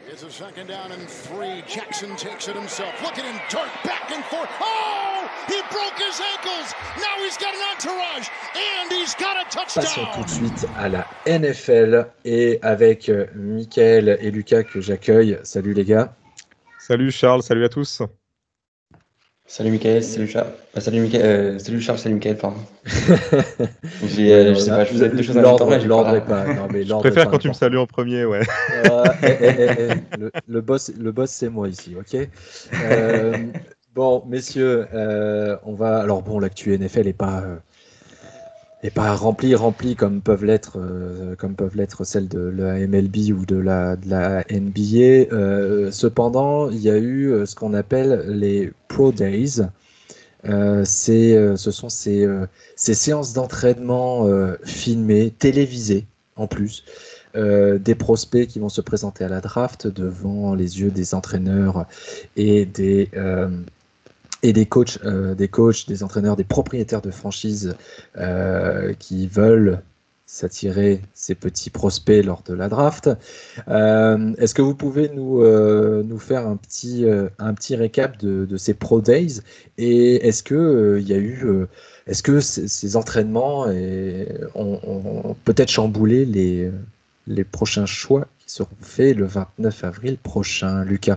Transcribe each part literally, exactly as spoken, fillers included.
It's a second down and three. Jackson takes it himself. Look at him dart back and forth. Oh, he broke his ankles. Now he's got an entourage and he's got a touchdown. Passons tout de suite à la N F L et avec Mickaël et Lucas que j'accueille. Salut les gars. Salut Charles, salut à tous. Salut Mickaël, salut Charles. Euh, salut Mickaël, euh, salut Charles, salut Mickaël, pardon. J'ai, euh, je sais pas, je vous ai deux choses à l'ordre, dire. L'ordre est pas. Non, mais je l'ordre préfère est pas quand tu me important. salues en premier, ouais. Euh, eh, eh, eh, eh, le, le boss, le boss, c'est moi ici, ok. Euh, bon, messieurs, euh, on va. Alors bon, l'actu N F L est pas. Euh, Et pas rempli, rempli comme peuvent l'être, euh, comme peuvent l'être celles de la M L B ou de la, de la N B A. Euh, cependant, il y a eu euh, ce qu'on appelle les Pro Days. Euh, c'est, euh, ce sont ces, euh, ces séances d'entraînement euh, filmées, télévisées en plus, euh, des prospects qui vont se présenter à la draft devant les yeux des entraîneurs et des euh, et des coachs, euh, des coachs, des entraîneurs, des propriétaires de franchises euh, qui veulent s'attirer ces petits prospects lors de la draft. Euh, est-ce que vous pouvez nous, euh, nous faire un petit, euh, un petit récap de, de ces Pro Days et est-ce que euh, il y a eu, euh, est-ce que c- ces entraînements et, ont, ont peut-être chamboulé les, les prochains choix qui seront faits le vingt-neuf avril prochain, Lucas?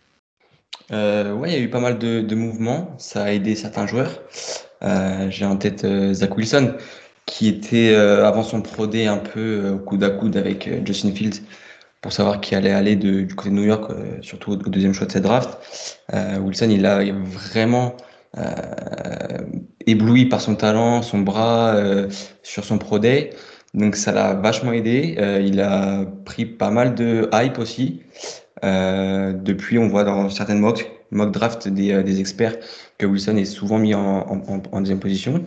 Euh, ouais, il y a eu pas mal de, de mouvements, ça a aidé certains joueurs. Euh, j'ai en tête euh, Zach Wilson, qui était euh, avant son Pro Day un peu euh, coude à coude avec euh, Justin Fields pour savoir qui allait aller de- du côté de New York, euh, surtout au, au deuxième choix de cette draft. Euh, Wilson, il a vraiment euh, ébloui par son talent, son bras euh, sur son Pro Day. Donc ça l'a vachement aidé. Euh, il a pris pas mal de hype aussi. Euh, depuis, on voit dans certaines mock, mock draft des, euh, des experts que Wilson est souvent mis en, en, en- en deuxième position.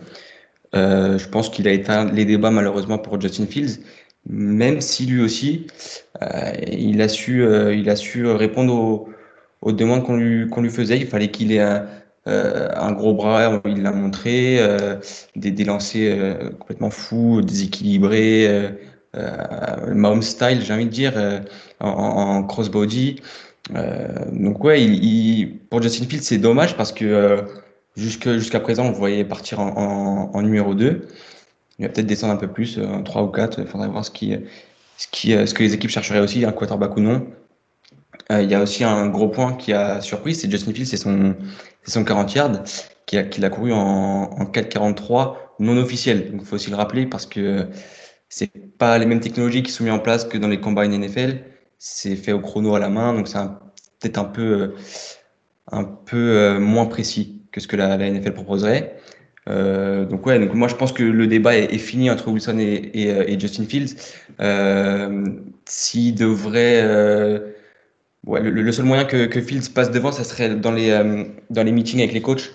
Euh, je pense qu'il a éteint les débats malheureusement pour Justin Fields, même si lui aussi, euh, il a su, euh, il a su répondre aux, aux demandes qu'on lui, qu'on lui faisait. Il fallait qu'il ait un, euh, un gros bras, il l'a montré, euh, des, des lancers euh, complètement fous, déséquilibrés, euh, euh, Mahomes style, j'ai envie de dire, euh, en, en crossbody. Euh, donc ouais, il, il- pour Justin Fields, c'est dommage parce que euh, jusque, jusqu'à présent, on le voyait partir en, en, en numéro deux. Il va peut-être descendre un peu plus, euh, en trois ou quatre. Il faudrait voir ce qui, ce qui, euh, ce que les équipes chercheraient aussi, un quarterback ou non. Euh, il y a aussi un gros point qui a surpris, c'est Justin Fields, c'est son, c'est son quarante yards qu'il a, qu'il a couru en, en quatre quarante-trois non officiel. Donc il faut aussi le rappeler parce que c'est pas les mêmes technologies qui sont mises en place que dans les combines N F L. C'est fait au chrono à la main, donc c'est un- peut-être un peu, euh, un peu euh, moins précis que ce que la, la N F L proposerait. Euh, donc ouais, donc moi je pense que le débat est, est fini entre Wilson et, et, euh, et Justin Fields. Euh, S'il devrait, euh, ouais, le, le seul moyen que, que Fields passe devant, ça serait dans les, euh, dans les meetings avec les coachs.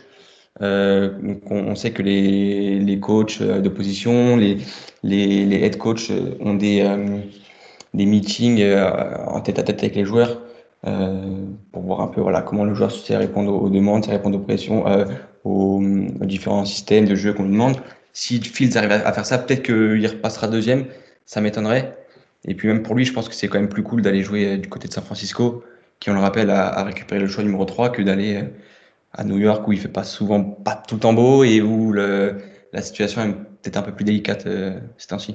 Euh, donc on, on sait que les, les coachs euh, de position, les, les, les head coachs euh, ont des, euh, des meetings euh, en tête à tête avec les joueurs euh, pour voir un peu voilà, comment le joueur sait répondre aux, aux demandes, sait répondre aux pressions, euh, aux, aux différents systèmes de jeu qu'on lui demande. Si Fields arrive à, à faire ça, peut-être qu'il repassera deuxième, ça m'étonnerait. Et puis même pour lui, je pense que c'est quand même plus cool d'aller jouer euh, du côté de San Francisco, qui on le rappelle a, a récupéré le choix numéro trois, que d'aller euh, à New York où il fait pas souvent pas tout le temps beau et où le, la situation est peut-être un peu plus délicate euh, ces temps-ci.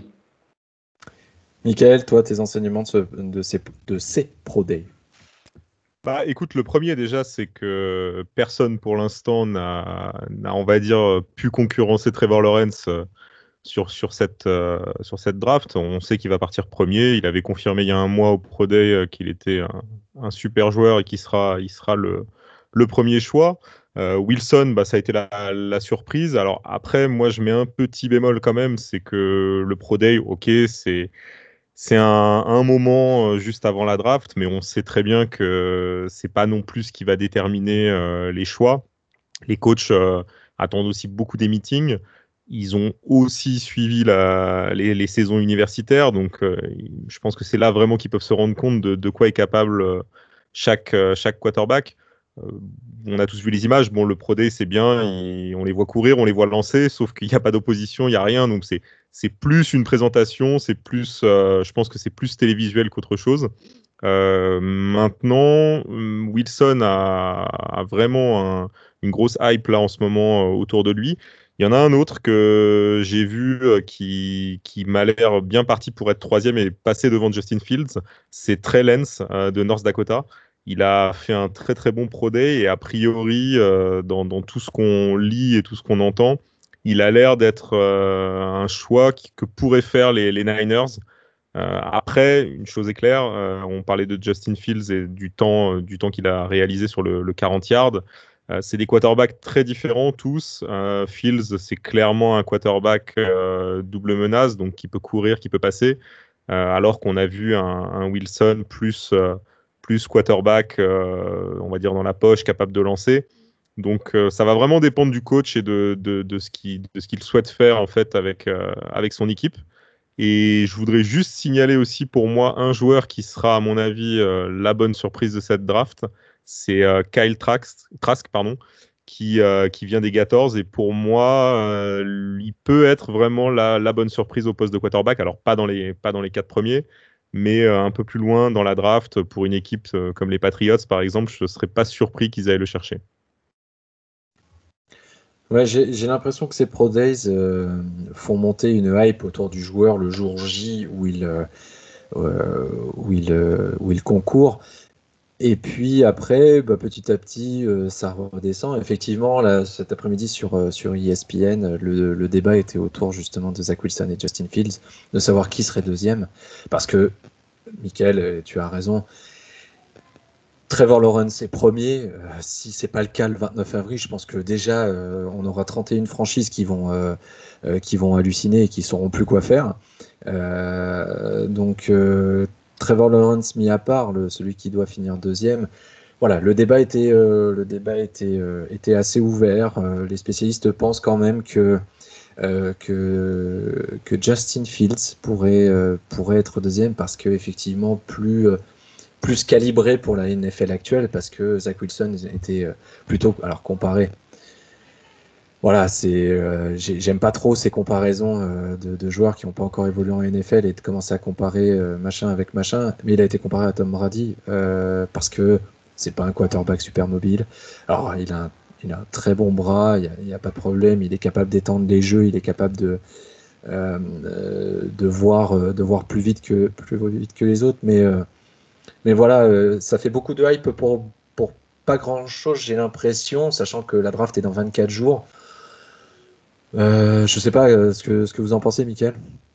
Mickaël, toi, tes enseignements de, ce, de, ces, de ces Pro Days. Bah, écoute, le premier déjà, c'est que personne pour l'instant n'a, n'a, on va dire, pu concurrencer Trevor Lawrence euh, sur, sur, cette, euh, sur cette draft. On sait qu'il va partir premier. Il avait confirmé il y a un mois au Pro Day euh, qu'il était un, un super joueur et qu'il sera, il sera le, le premier choix. Euh, Wilson, bah, ça a été la, la surprise. Alors après, moi, je mets un petit bémol quand même, c'est que le Pro Day, ok, c'est c'est un, un moment euh, juste avant la draft, mais on sait très bien que c'est pas non plus ce qui va déterminer euh, les choix. Les coachs euh, attendent aussi beaucoup des meetings. Ils ont aussi suivi la, les, les saisons universitaires, donc euh, je pense que c'est là vraiment qu'ils peuvent se rendre compte de, de quoi est capable euh, chaque, euh, chaque quarterback. Euh, on a tous vu les images. Bon, le Pro Day, c'est bien, il- on les voit courir, on les voit lancer, sauf qu'il n'y a pas d'opposition, il n'y a rien, donc c'est c'est plus une présentation, c'est plus, euh, je pense que c'est plus télévisuel qu'autre chose. Euh, maintenant, Wilson a, a vraiment un, une grosse hype là en ce moment euh, autour de lui. Il y en a un autre que j'ai vu euh, qui, qui m'a l'air bien parti pour être troisième et passer devant Justin Fields. C'est Trey Lance euh, de North Dakota. Il a fait un très très bon Pro Day et a priori, euh, dans, dans tout ce qu'on lit et tout ce qu'on entend, il a l'air d'être euh, un choix qui- que pourraient faire les, les Niners. Euh, après, une chose est claire, euh, on parlait de Justin Fields et du temps, euh, du temps qu'il a réalisé sur le, le quarante yards. Euh, c'est des quarterbacks très différents tous. Euh, Fields, c'est clairement un quarterback euh, double menace, donc qui peut courir, qui peut passer, euh, alors qu'on a vu un, un Wilson plus, euh, plus quarterback, euh, on va dire dans la poche, capable de lancer. Donc euh, ça va vraiment dépendre du coach et de, de, de ce qu'il de ce qu'il souhaite faire en fait avec, euh, avec son équipe. Et je voudrais juste signaler aussi pour moi un joueur qui sera, à mon avis, euh, la bonne surprise de cette draft. C'est euh, Kyle Trask, Trask pardon, qui, euh, qui vient des Gators. Et pour moi, euh, il peut être vraiment la, la bonne surprise au poste de quarterback. Alors, pas dans les, pas dans les quatre premiers, mais euh, un peu plus loin dans la draft pour une équipe euh, comme les Patriots, par exemple. Je ne serais pas surpris qu'ils aillent le chercher. Ouais, j'ai j'ai l'impression que ces Pro Days euh, font monter une hype autour du joueur le jour J où il, euh, euh, où il, euh, où il concourt. Et puis après, bah, petit à petit, euh, ça redescend. Effectivement, là, cet après-midi sur, euh, sur E S P N, le, le débat était autour justement de Zach Wilson et Justin Fields, de savoir qui serait deuxième. Parce que, Michael, euh, tu as raison, Trevor Lawrence est premier. Euh, si c'est pas le cas le vingt-neuf avril, je pense que déjà euh, on aura trente et une franchises qui vont, euh, euh, qui vont halluciner et qui sauront plus quoi faire. Euh, donc euh, Trevor Lawrence mis à part, le, celui qui doit finir deuxième. Voilà, le débat était, euh, le débat était, euh, était assez ouvert. Euh, les spécialistes pensent quand même que euh, que, que Justin Fields pourrait, euh, pourrait être deuxième parce que effectivement plus euh, plus calibré pour la N F L actuelle parce que Zach Wilson était euh, plutôt alors comparé. Voilà, c'est euh, j'aime pas trop ces comparaisons euh, de, de joueurs qui n'ont pas encore évolué en N F L et de commencer à comparer euh, machin avec machin. Mais il a été comparé à Tom Brady euh, parce que c'est pas un quarterback super mobile. Alors il a un, il a un très bon bras, il n'y a, a, pas de problème. Il est capable d'étendre les jeux, il est capable de euh, de voir de voir plus vite que plus vite que les autres, mais euh, mais voilà, euh, ça fait beaucoup de hype pour, pour pas grand-chose, j'ai l'impression, sachant que la draft est dans vingt-quatre jours. Euh, je sais pas euh, ce, que, ce que vous en pensez, Mickaël.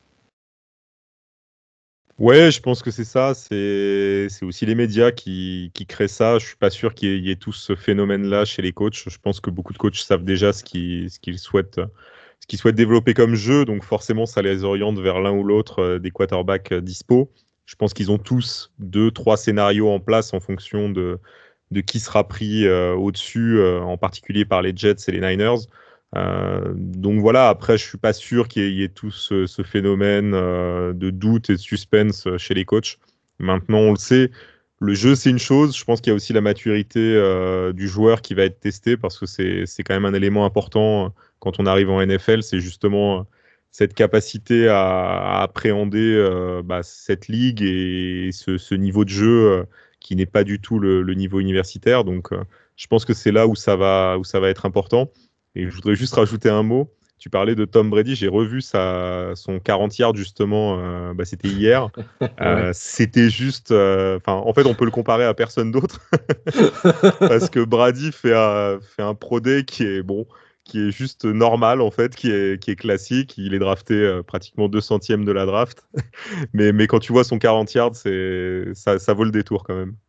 Ouais, je pense que c'est ça. C'est c'est aussi les médias qui, qui créent ça. Je suis pas sûr qu'il y ait, il y ait tout ce phénomène-là chez les coachs. Je pense que beaucoup de coachs savent déjà ce qu'ils ce qu'ils souhaitent, ce qu'ils souhaitent développer comme jeu. Donc forcément, ça les oriente vers l'un ou l'autre euh, des quarterbacks euh, dispo. Je pense qu'ils ont tous deux, trois scénarios en place en fonction de, de qui sera pris euh, au-dessus, euh, en particulier par les Jets et les Niners. Euh, donc voilà, après, je suis pas sûr qu'il y, ait, il y ait tout ce, ce phénomène euh, de doute et de suspense chez les coachs. Maintenant, on le sait, le jeu, c'est une chose. Je pense qu'il y a aussi la maturité euh, du joueur qui va être testé parce que c'est, c'est quand même un élément important quand on arrive en N F L. C'est justement cette capacité à, à appréhender euh, bah, cette ligue et ce, ce niveau de jeu euh, qui n'est pas du tout le, le niveau universitaire. Donc, euh, je pense que c'est là où ça va, où ça va être important. Et je voudrais juste rajouter un mot. Tu parlais de Tom Brady, j'ai revu sa, son quarante yards justement, euh, bah, c'était hier. Ouais. Euh, c'était juste, euh, enfin, en fait, on peut le comparer à personne d'autre parce que Brady fait un, fait un pro day qui est bon, qui est juste normal en fait, qui est, qui est classique. Il est drafté euh, pratiquement deux centièmes de la draft, mais, mais quand tu vois son quarante yards, c'est, ça, ça vaut le détour quand même.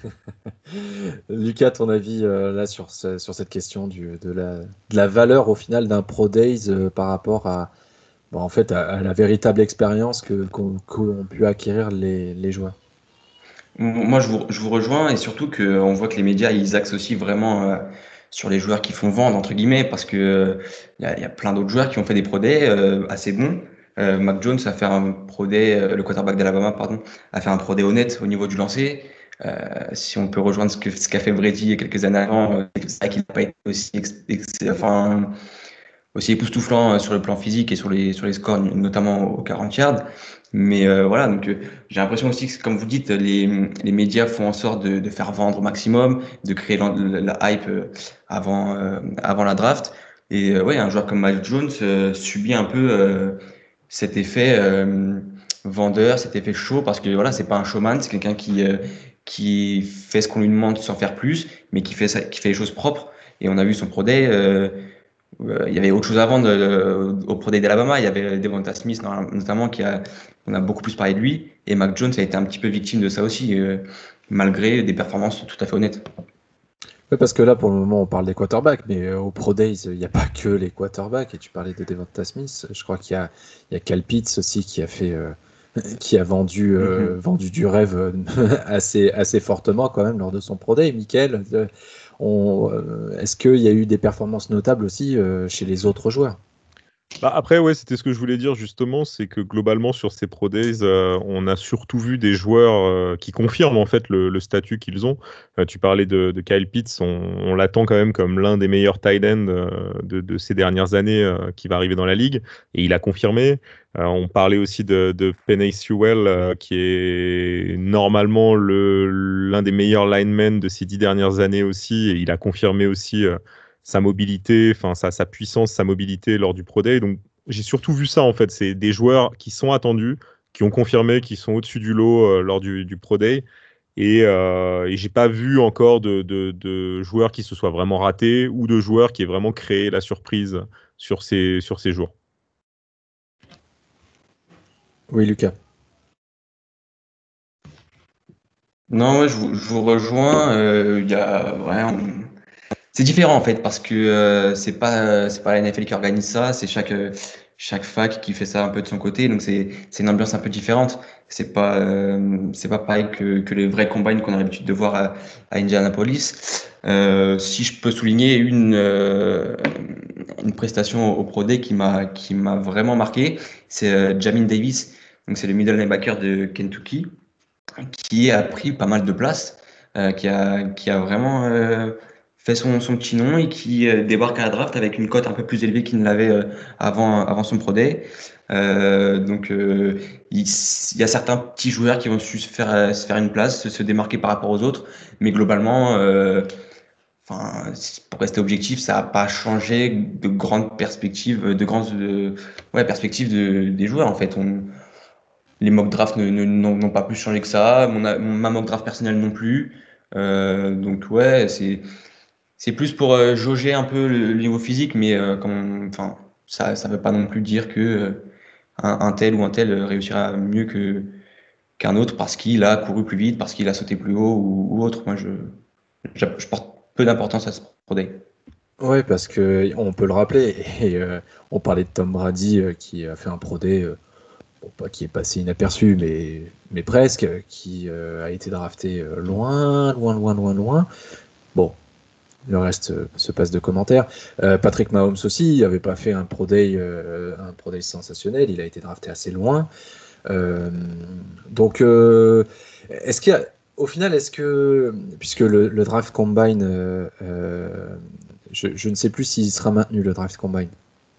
Lucas, ton avis euh, là sur, ce, sur cette question du, de, la, de la valeur au final d'un Pro Days euh, par rapport à, bon, en fait, à, à la véritable expérience que, qu'ont, qu'ont pu acquérir les, les joueurs. Moi, je vous, je vous rejoins et surtout qu'on voit que les médias, ils axent aussi vraiment euh, sur les joueurs qui font vendre, entre guillemets, parce que euh, il y a, il y a plein d'autres joueurs qui ont fait des pro day euh, assez bons. Euh, Mac Jones a fait un pro day, euh, le quarterback d'Alabama, pardon, a fait un pro day honnête au niveau du lancer. Euh, si on peut rejoindre ce que ce qu'a fait Brady il y a quelques années avant, euh, c'est vrai qu'il n'a pas été aussi, ex- ex- enfin, aussi époustouflant euh, sur le plan physique et sur les, sur les scores, notamment aux quarante yards. Mais euh, voilà, donc euh, j'ai l'impression aussi que, comme vous dites, les, les médias font en sorte de, de faire vendre au maximum, de créer la, la, la hype euh, avant, euh, avant la draft. Et euh, ouais, un joueur comme Miles Jones euh, subit un peu euh, cet effet euh, vendeur, cet effet show, parce que voilà, c'est pas un showman, c'est quelqu'un qui, euh, qui fait ce qu'on lui demande sans faire plus, mais qui fait, ça, qui fait les choses propres. Et on a vu son Pro Day. Euh, euh, il y avait autre chose à vendre euh, au Pro Day d'Alabama. Il y avait Devonta Smith notamment qui a, on a beaucoup plus parlé de lui. Et Mac Jones a été un petit peu victime de ça aussi, euh, malgré des performances tout à fait honnêtes. Oui, parce que là, pour le moment, on parle des quarterbacks, mais euh, au Pro Days, il n'y a pas que les quarterbacks. Et tu parlais de Devonta Smith. Je crois qu'il y a, il y a Kyle Pitts aussi qui a fait, euh, qui a vendu, euh, Mm-hmm. vendu du rêve euh, assez, assez fortement quand même lors de son Pro Day. Michael, euh, on, euh, est-ce qu'il y a eu des performances notables aussi euh, chez les autres joueurs? Bah après, ouais, c'était ce que je voulais dire justement, c'est que globalement sur ces Pro Days, euh, on a surtout vu des joueurs euh, qui confirment en fait le, le statut qu'ils ont. Euh, tu parlais de, de Kyle Pitts, on, on l'attend quand même comme l'un des meilleurs tight ends euh, de, de ces dernières années euh, qui va arriver dans la ligue, et il a confirmé. Euh, on parlait aussi de, de Penei Sewell, euh, qui est normalement le, l'un des meilleurs linemen de ces dix dernières années aussi, et il a confirmé aussi. Euh, sa mobilité, enfin sa, sa puissance, sa mobilité lors du Pro Day. Donc j'ai surtout vu ça en fait, c'est des joueurs qui sont attendus, qui ont confirmé, qui sont au-dessus du lot euh, lors du, du Pro Day. Et, euh, et j'ai pas vu encore de, de, de joueurs qui se soient vraiment ratés ou de joueurs qui aient vraiment créé la surprise sur ces, sur ces jours. Oui, Lucas. Non, ouais, je, vous, je vous rejoins. euh, Il y a, ouais, on- C'est différent en fait parce que euh, c'est pas c'est pas la N F L qui organise ça, c'est chaque euh, chaque fac qui fait ça un peu de son côté, donc c'est c'est une ambiance un peu différente. C'est pas euh, c'est pas pareil que que les vrais combines qu'on a l'habitude de voir à, à Indianapolis. Euh, si je peux souligner une euh, une prestation au Pro Day qui m'a qui m'a vraiment marqué, c'est euh, Jamin Davis. Donc c'est le middle linebacker de Kentucky qui a pris pas mal de place, euh, qui a qui a vraiment euh, fait son, son petit nom et qui euh, débarque à la draft avec une cote un peu plus élevée qu'il ne l'avait euh, avant, avant son Pro Day. Euh, donc, euh, il, il y a certains petits joueurs qui vont se faire, euh, se faire une place, se, se démarquer par rapport aux autres, mais globalement, euh, enfin, pour rester objectif, ça n'a pas changé de grandes perspectives, de grandes euh, ouais, perspectives de, des joueurs en fait. On, les mock drafts ne, ne- n'ont n'ont pas plus changé que ça, mon, a- ma mock draft personnelle non plus. Euh, donc ouais, c'est c'est plus pour euh, jauger un peu le, le niveau physique, mais euh, comme on- enfin, ça ne veut pas non plus dire que euh, un, un tel ou un tel réussira mieux que qu'un autre parce qu'il a couru plus vite, parce qu'il a sauté plus haut ou, ou autre. Moi, je, je, je porte peu d'importance à ce Pro Day. Oui, parce que on peut le rappeler. Et euh, on parlait de Tom Brady euh, qui a fait un Pro Day, euh, bon, pas qui est passé inaperçu, mais, mais presque, qui euh, a été drafté euh, loin, loin, loin, loin, loin. Bon, le reste euh, se passe de commentaires. Euh, Patrick Mahomes aussi n'avait pas fait un Pro Day, euh, un Pro Day sensationnel. Il a été drafté assez loin. Euh, donc, euh, est-ce qu'il y a, au final, est-ce que, puisque le, le draft combine, euh, euh, je, je ne sais plus s'il sera maintenu le draft combine.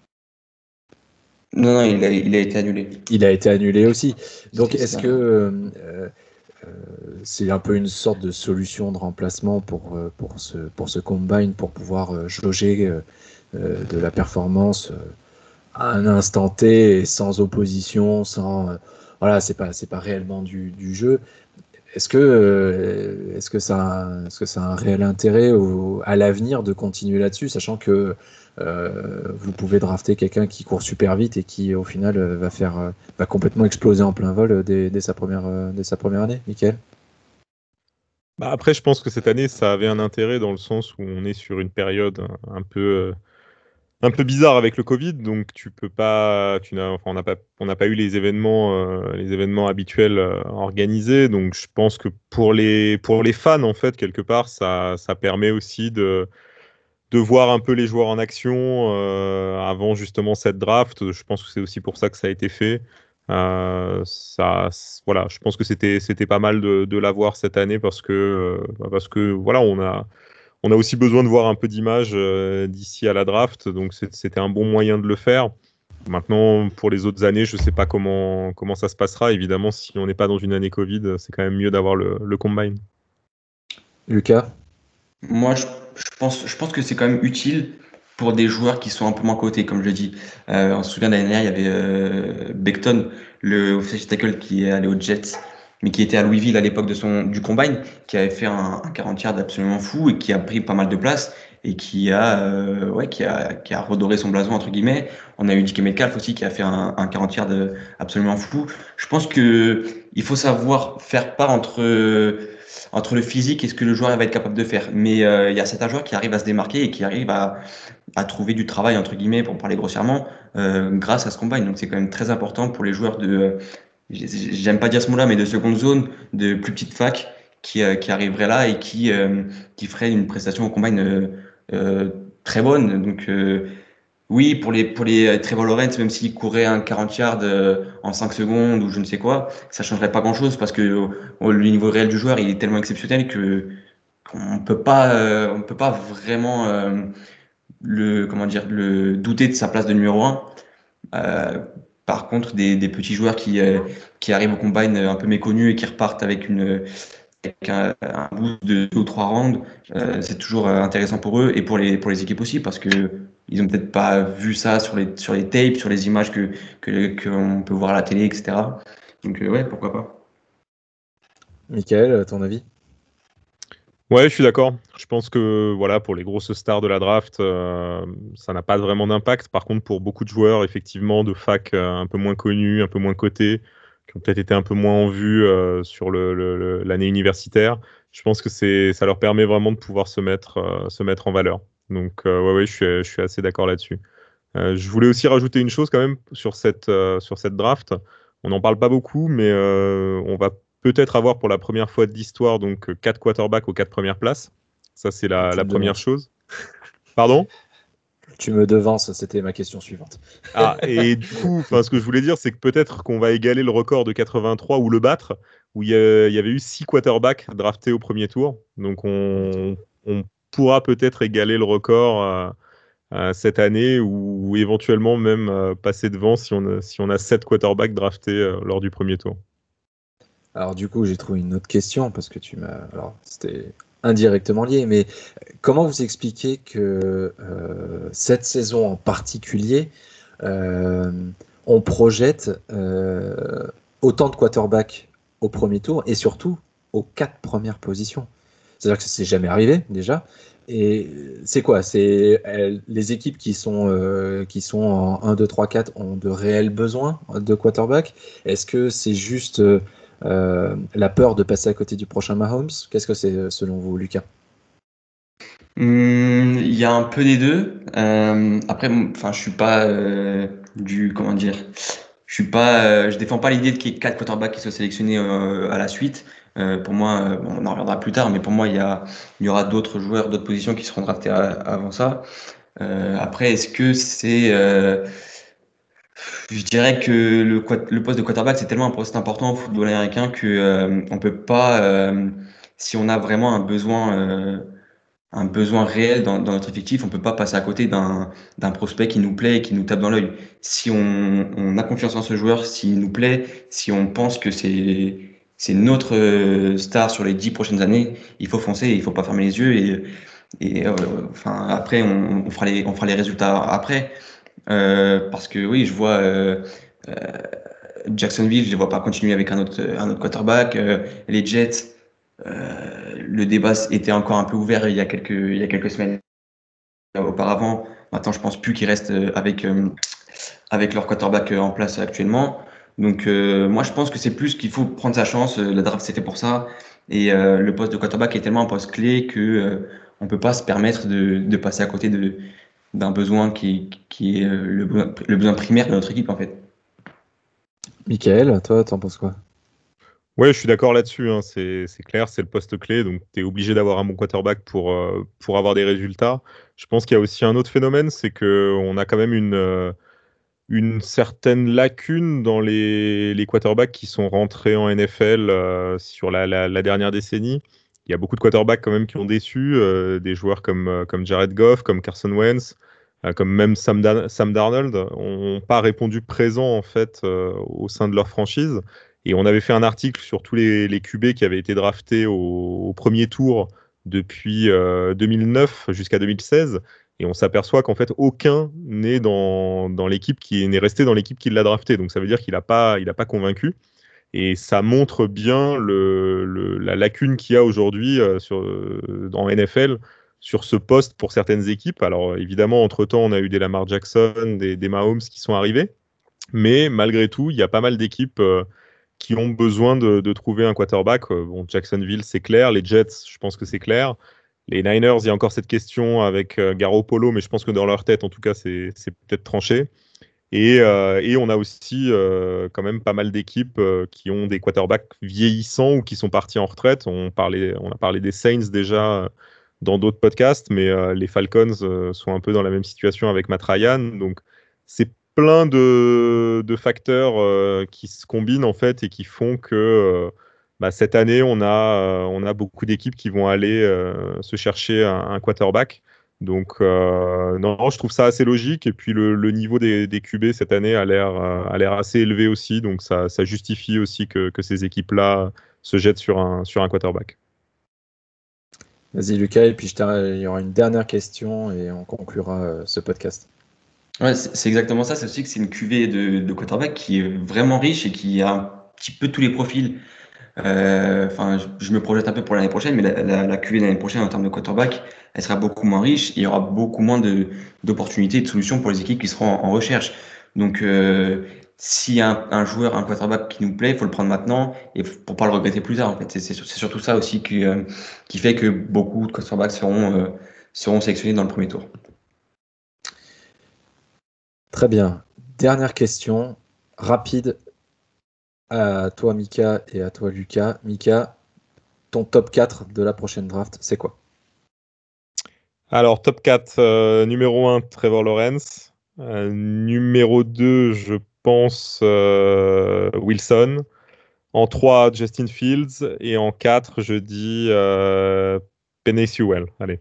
Non, non, il a, il a été annulé. Il a été annulé aussi. Donc, C'est est-ce ça. que euh, euh, c'est un peu une sorte de solution de remplacement pour, euh, pour, ce, pour ce combine, pour pouvoir euh, jauger euh, euh, de la performance euh, à un instant T, et sans opposition, sans. Euh, voilà, c'est pas, c'est pas réellement du, du jeu. Est-ce que, euh, est-ce que ça a, un- est-ce que ça a un réel intérêt au- à l'avenir de continuer là-dessus, sachant que euh, vous pouvez drafter quelqu'un qui court super vite et qui, au final, euh, va faire, euh, va complètement exploser en plein vol euh, dès, dès sa première, euh, dès sa première année, Mickaël? Bah après, je pense que cette année, ça avait un intérêt dans le sens où on est sur une période un, un peu euh, un peu bizarre avec le Covid, donc tu peux pas, tu n'as, enfin, on n'a pas, on n'a pas eu les événements, euh, les événements habituels euh, organisés, donc je pense que pour les, pour les fans en fait quelque part, ça, ça permet aussi de, de voir un peu les joueurs en action euh, avant justement cette draft. Je pense que c'est aussi pour ça que ça a été fait. Euh, ça, voilà, je pense que c'était, c'était pas mal de, de l'avoir cette année parce que, euh, parce que voilà, on a on a aussi besoin de voir un peu d'images euh, d'ici à la draft, donc c'est- c'était un bon moyen de le faire. Maintenant, pour les autres années, je ne sais pas comment, comment ça se passera. Évidemment, si on n'est pas dans une année Covid, c'est quand même mieux d'avoir le, le combine. Lucas? Moi, je, je pense, je pense que c'est quand même utile pour des joueurs qui sont un peu moins cotés, comme je dis. Euh, on se souvient l'année dernière, il y avait euh, Beckton, le offensive tackle qui est allé aux Jets, mais qui était à Louisville à l'époque de son du combine, qui avait fait un, un quarante yards absolument fou et qui a pris pas mal de place et qui a, euh, ouais, qui a, qui a redoré son blason entre guillemets. On a eu D K Metcalf aussi qui a fait un, un quarante yards absolument fou. Je pense que il faut savoir faire part entre entre le physique et ce que le joueur va être capable de faire. Mais euh, il y a certains joueurs qui arrivent à se démarquer et qui arrivent à, à trouver du travail, entre guillemets, pour parler grossièrement, euh, grâce à ce combine. Donc c'est quand même très important pour les joueurs de, euh, j'aime pas dire ce mot-là, mais de seconde zone, de plus petite fac, qui, euh, qui arriveraient là et qui, euh, qui feraient une prestation au combine euh, euh, très bonne. Donc euh, oui, pour les, pour les Trevor Lawrence, même s'il courait un quarante yards euh, en cinq secondes ou je ne sais quoi, ça changerait pas grand-chose parce que euh, le niveau réel du joueur, il est tellement exceptionnel que qu'on peut pas, euh, on peut pas vraiment euh, le, comment dire, le douter de sa place de numéro un. Euh, par contre, des, des petits joueurs qui, euh, qui arrivent au combine un peu méconnus et qui repartent avec une, avec un, un boost de deux ou trois rounds, euh, c'est toujours euh, intéressant pour eux et pour les, pour les équipes aussi parce que ils ont peut-être pas vu ça sur les, sur les tapes, sur les images que, que, qu'on peut voir à la télé, et cetera. Donc, euh, ouais, pourquoi pas. Michael, à ton avis? Ouais, je suis d'accord. Je pense que voilà, pour les grosses stars de la draft, euh, ça n'a pas vraiment d'impact. Par contre, pour beaucoup de joueurs, effectivement, de fac euh, un peu moins connus, un peu moins cotés, qui ont peut-être été un peu moins en vue euh, sur le, le, le, l'année universitaire, je pense que c'est, ça leur permet vraiment de pouvoir se mettre, euh, se mettre en valeur. Donc, euh, ouais, ouais, je suis, je suis assez d'accord là-dessus. Euh, je voulais aussi rajouter une chose quand même sur cette, euh, sur cette draft. On n'en parle pas beaucoup, mais euh, on va peut-être avoir pour la première fois de l'histoire donc quatre quarterbacks aux quatre premières places. Ça, c'est la, la première chose. Pardon? Tu me devances, c'était ma question suivante. Ah, et du coup, ce que je voulais dire, c'est que peut-être qu'on va égaler le record de quatre-vingt-trois ou le battre, où il y, a, il y avait eu six quarterbacks draftés au premier tour. Donc, on, on pourra peut-être égaler le record euh, euh, cette année ou éventuellement même euh, passer devant si on a, si on a sept quarterbacks draftés euh, lors du premier tour. Alors du coup, j'ai trouvé une autre question parce que tu m'as. Alors c'était indirectement lié, mais comment vous expliquez que euh, cette saison en particulier, euh, on projette euh, autant de quarterbacks au premier tour et surtout aux quatre premières positions? C'est-à-dire que ça s'est jamais arrivé déjà. Et c'est quoi? C'est euh, les équipes qui sont euh, qui sont en un, deux, trois, quatre ont de réels besoins de quarterbacks? Est-ce que c'est juste euh, euh, la peur de passer à côté du prochain Mahomes? Qu'est-ce que c'est selon vous, Lucas? Hum, Il y a un peu des deux. Euh, après, enfin, je suis pas euh, du, comment dire, je suis pas, euh, je défends pas l'idée qu'il y ait quatre quarterbacks qui soient sélectionnés euh, à la suite. Euh, pour moi, euh, bon, on en reviendra plus tard, mais pour moi, il y a, il y aura d'autres joueurs, d'autres positions qui seront draftés à- avant ça. Euh, après, est-ce que c'est, euh, je dirais que le, quat- le poste de quarterback, c'est tellement un poste important au football américain que euh, on peut pas, euh, si on a vraiment un besoin. Euh, un besoin réel dans, dans notre effectif, on peut pas passer à côté d'un d'un prospect qui nous plaît et qui nous tape dans l'œil. Si on, on a confiance en ce joueur, s'il nous plaît, si on pense que c'est c'est notre euh, star sur les dix prochaines années, il faut foncer, il faut pas fermer les yeux et, et euh, enfin après on, on fera les on fera les résultats après. Euh, parce que oui, je vois euh, euh, Jacksonville, je les vois pas continuer avec un autre un autre quarterback. Euh, les Jets, euh, le débat était encore un peu ouvert il y a quelques il y a quelques semaines auparavant. Maintenant, je pense plus qu'ils restent euh, avec euh, avec leur quarterback euh, en place actuellement. Donc euh, moi, je pense que c'est plus qu'il faut prendre sa chance. Euh, La draft c'est fait pour ça et euh, le poste de quarterback est tellement un poste clé que euh, on peut pas se permettre de, de passer à côté de d'un besoin qui qui est euh, le, besoin- le besoin primaire de notre équipe en fait. Michael, toi, t'en penses quoi? Ouais, je suis d'accord là-dessus, hein. C'est, c'est clair, c'est le poste clé, donc tu es obligé d'avoir un bon quarterback pour, euh, pour avoir des résultats. Je pense qu'il y a aussi un autre phénomène, c'est qu'on a quand même une, euh, une certaine lacune dans les, les quarterbacks qui sont rentrés en N F L euh, sur la, la, la dernière décennie. Il y a beaucoup de quarterbacks quand même qui ont déçu, euh, des joueurs comme, euh, comme Jared Goff, comme Carson Wentz. euh, comme même Sam, Da- Sam Darnold, n'ont pas répondu présent en fait euh, au sein de leur franchise. Et on avait fait un article sur tous les, les Q B qui avaient été draftés au, au premier tour depuis euh, deux mille neuf jusqu'à deux mille seize. Et on s'aperçoit qu'en fait, aucun n'est dans, dans l'équipe qui n'est resté dans l'équipe qui l'a drafté. Donc ça veut dire qu'il n'a pas, il a pas convaincu. Et ça montre bien le, le, la lacune qu'il y a aujourd'hui euh, sur, euh, en N F L sur ce poste pour certaines équipes. Alors évidemment, entre-temps, on a eu des Lamar Jackson, des, des Mahomes qui sont arrivés. Mais malgré tout, il y a pas mal d'équipes euh, qui ont besoin de, de trouver un quarterback. Euh, bon, Jacksonville, c'est clair. Les Jets, je pense que c'est clair. Les Niners, il y a encore cette question avec euh, Garoppolo, mais je pense que dans leur tête, en tout cas, c'est, c'est peut-être tranché. Et, euh, et on a aussi euh, quand même pas mal d'équipes euh, qui ont des quarterbacks vieillissants ou qui sont partis en retraite. On, parlait, on a parlé des Saints déjà euh, dans d'autres podcasts, mais euh, les Falcons euh, sont un peu dans la même situation avec Matt Ryan. Donc c'est plein de, de facteurs euh, qui se combinent en fait et qui font que euh, bah, cette année, on a, euh, on a beaucoup d'équipes qui vont aller euh, se chercher un, un quarterback. Donc, euh, non, je trouve ça assez logique. Et puis, le, le niveau des, des Q B cette année a l'air, euh, a l'air assez élevé aussi. Donc, ça, ça justifie aussi que, que ces équipes-là se jettent sur un, sur un quarterback. Vas-y, Lucas, et puis je il y aura une dernière question et on conclura euh, ce podcast. Ouais, c'est c'est exactement ça. C'est aussi que c'est une cuvée de, de quarterback qui est vraiment riche et qui a un petit peu tous les profils. Enfin, euh, je, je me projette un peu pour l'année prochaine, mais la, la, la cuvée de l'année prochaine en termes de quarterback, elle sera beaucoup moins riche et il y aura beaucoup moins de, d'opportunités et de solutions pour les équipes qui seront en, en recherche. Donc, euh, s'il y a un, un joueur, un quarterback qui nous plaît, il faut le prendre maintenant et pour pas le regretter plus tard. En fait, c'est, c'est, c'est surtout ça aussi qui, euh, qui fait que beaucoup de quarterbacks seront, euh, seront sélectionnés dans le premier tour. Très bien. Dernière question, rapide. À toi, Mika, et à toi, Lucas. Mika, ton top quatre de la prochaine draft, c'est quoi? Alors, top quatre, euh, numéro un, Trevor Lawrence. Euh, numéro deux, je pense euh, Wilson. En trois, Justin Fields. Et en quatre, je dis euh, Penei Sewell. Allez.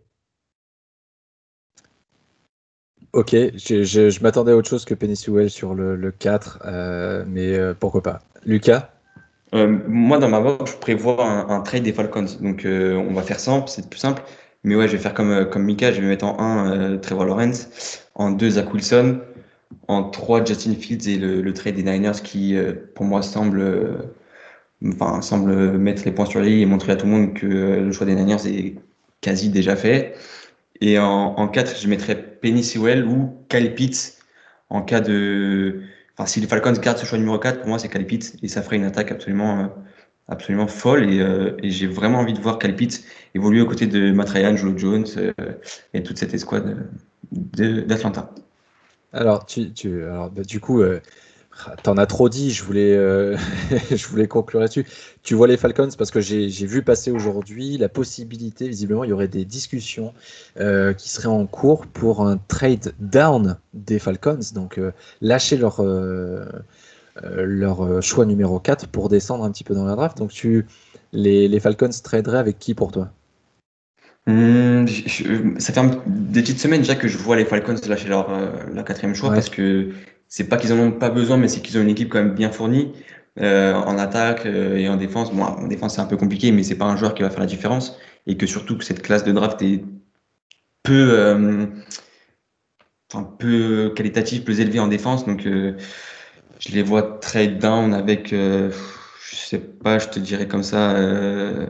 Ok, je, je, je m'attendais à autre chose que Penei Sewell sur le, le quatre, euh, mais euh, pourquoi pas. Lucas? Euh, moi, dans ma box, je prévois un, un trade des Falcons. Donc, euh, on va faire simple, c'est plus simple. Mais ouais, je vais faire comme, euh, comme Mika, je vais mettre en un euh, Trevor Lawrence, en deux Zach Wilson, en trois Justin Fields et le, le trade des Niners qui, euh, pour moi, semble, euh, enfin, semble mettre les points sur les i et montrer à tout le monde que euh, le choix des Niners est quasi déjà fait. Et en, en quatre, je mettrais Penei Sewell ou Kyle Pitts en cas de. Enfin, si les Falcons gardent ce choix numéro quatre, pour moi, c'est Kyle Pitts et ça ferait une attaque absolument, euh, absolument folle. Et, euh, et j'ai vraiment envie de voir Kyle Pitts évoluer aux côtés de Matt Ryan, Julio Jones euh, et toute cette escouade de, d'Atlanta. Alors, tu, tu, alors bah, du coup, euh, t'en as trop dit, je voulais, euh, je voulais conclure là-dessus. Tu vois les Falcons parce que j'ai, j'ai vu passer aujourd'hui la possibilité, visiblement, il y aurait des discussions euh, qui seraient en cours pour un trade down des Falcons, donc euh, lâcher leur, euh, euh, leur choix numéro quatre pour descendre un petit peu dans la draft. Donc, tu, les, les Falcons traderaient avec qui pour toi? Hum, je- je- ça fait un- des petites semaines déjà que je vois les Falcons lâcher leur, euh, leur quatrième choix Ouais. parce que c'est pas qu'ils en ont pas besoin, mais c'est qu'ils ont une équipe quand même bien fournie euh, en attaque euh, et en défense. Bon, en défense c'est un peu compliqué, mais c'est pas un joueur qui va faire la différence et que surtout que cette classe de draft est peu, euh, enfin, peu qualitative, plus élevée en défense. Donc euh, je les vois trade down avec, euh, je sais pas, je te dirais comme ça. euh,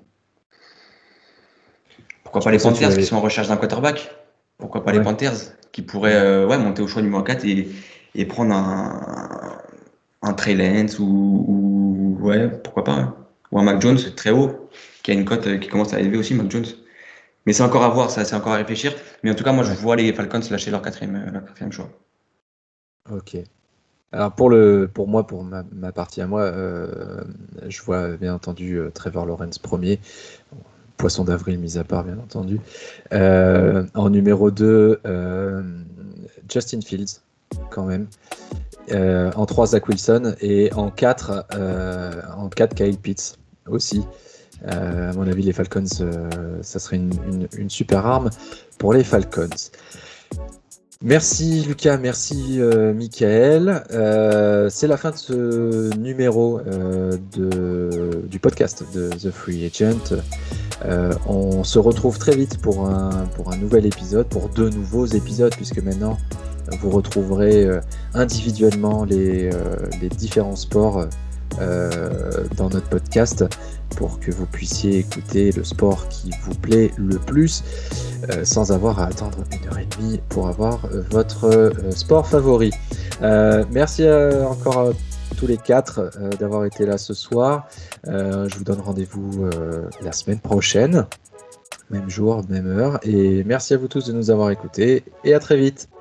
Pourquoi Je pas les pensais que tu Panthers qui avais- sont en recherche d'un quarterback? Pourquoi pas Ouais. les Panthers qui pourraient euh, ouais, monter au choix numéro quatre et, et prendre un, un Trey Lance ou, ou- ouais, pourquoi pas, hein. Ou un Mac Jones très haut, qui a une cote euh, qui commence à élever aussi, Mac Jones. Mais c'est encore à voir, ça, c'est encore à réfléchir. Mais en tout cas, moi, je Ouais. vois les Falcons lâcher leur quatrième, euh, leur quatrième choix. Ok. Alors pour le, pour moi, pour ma, ma partie à moi, euh, je vois bien entendu euh, Trevor Lawrence premier, poisson d'avril mis à part bien entendu. Euh, en numéro deux, euh, Justin Fields quand même. Euh, en trois, Zach Wilson et en quatre, euh, en quatre, Kyle Pitts aussi. Euh, à mon avis, les Falcons, euh, ça serait une, une, une super arme pour les Falcons. Merci Lucas, merci euh, Michael. Euh, c'est la fin de ce numéro euh, de, du podcast de The Free Agent. Euh, on se retrouve très vite pour un, pour un nouvel épisode, pour deux nouveaux épisodes, puisque maintenant vous retrouverez euh, individuellement les, euh, les différents sports euh, dans notre podcast pour que vous puissiez écouter le sport qui vous plaît le plus euh, sans avoir à attendre une heure et demie pour avoir euh, votre euh, sport favori. Euh, merci à, encore à tous les quatre euh, d'avoir été là ce soir. Euh, je vous donne rendez-vous euh, la semaine prochaine, même jour, même heure, et merci à vous tous de nous avoir écoutés et à très vite.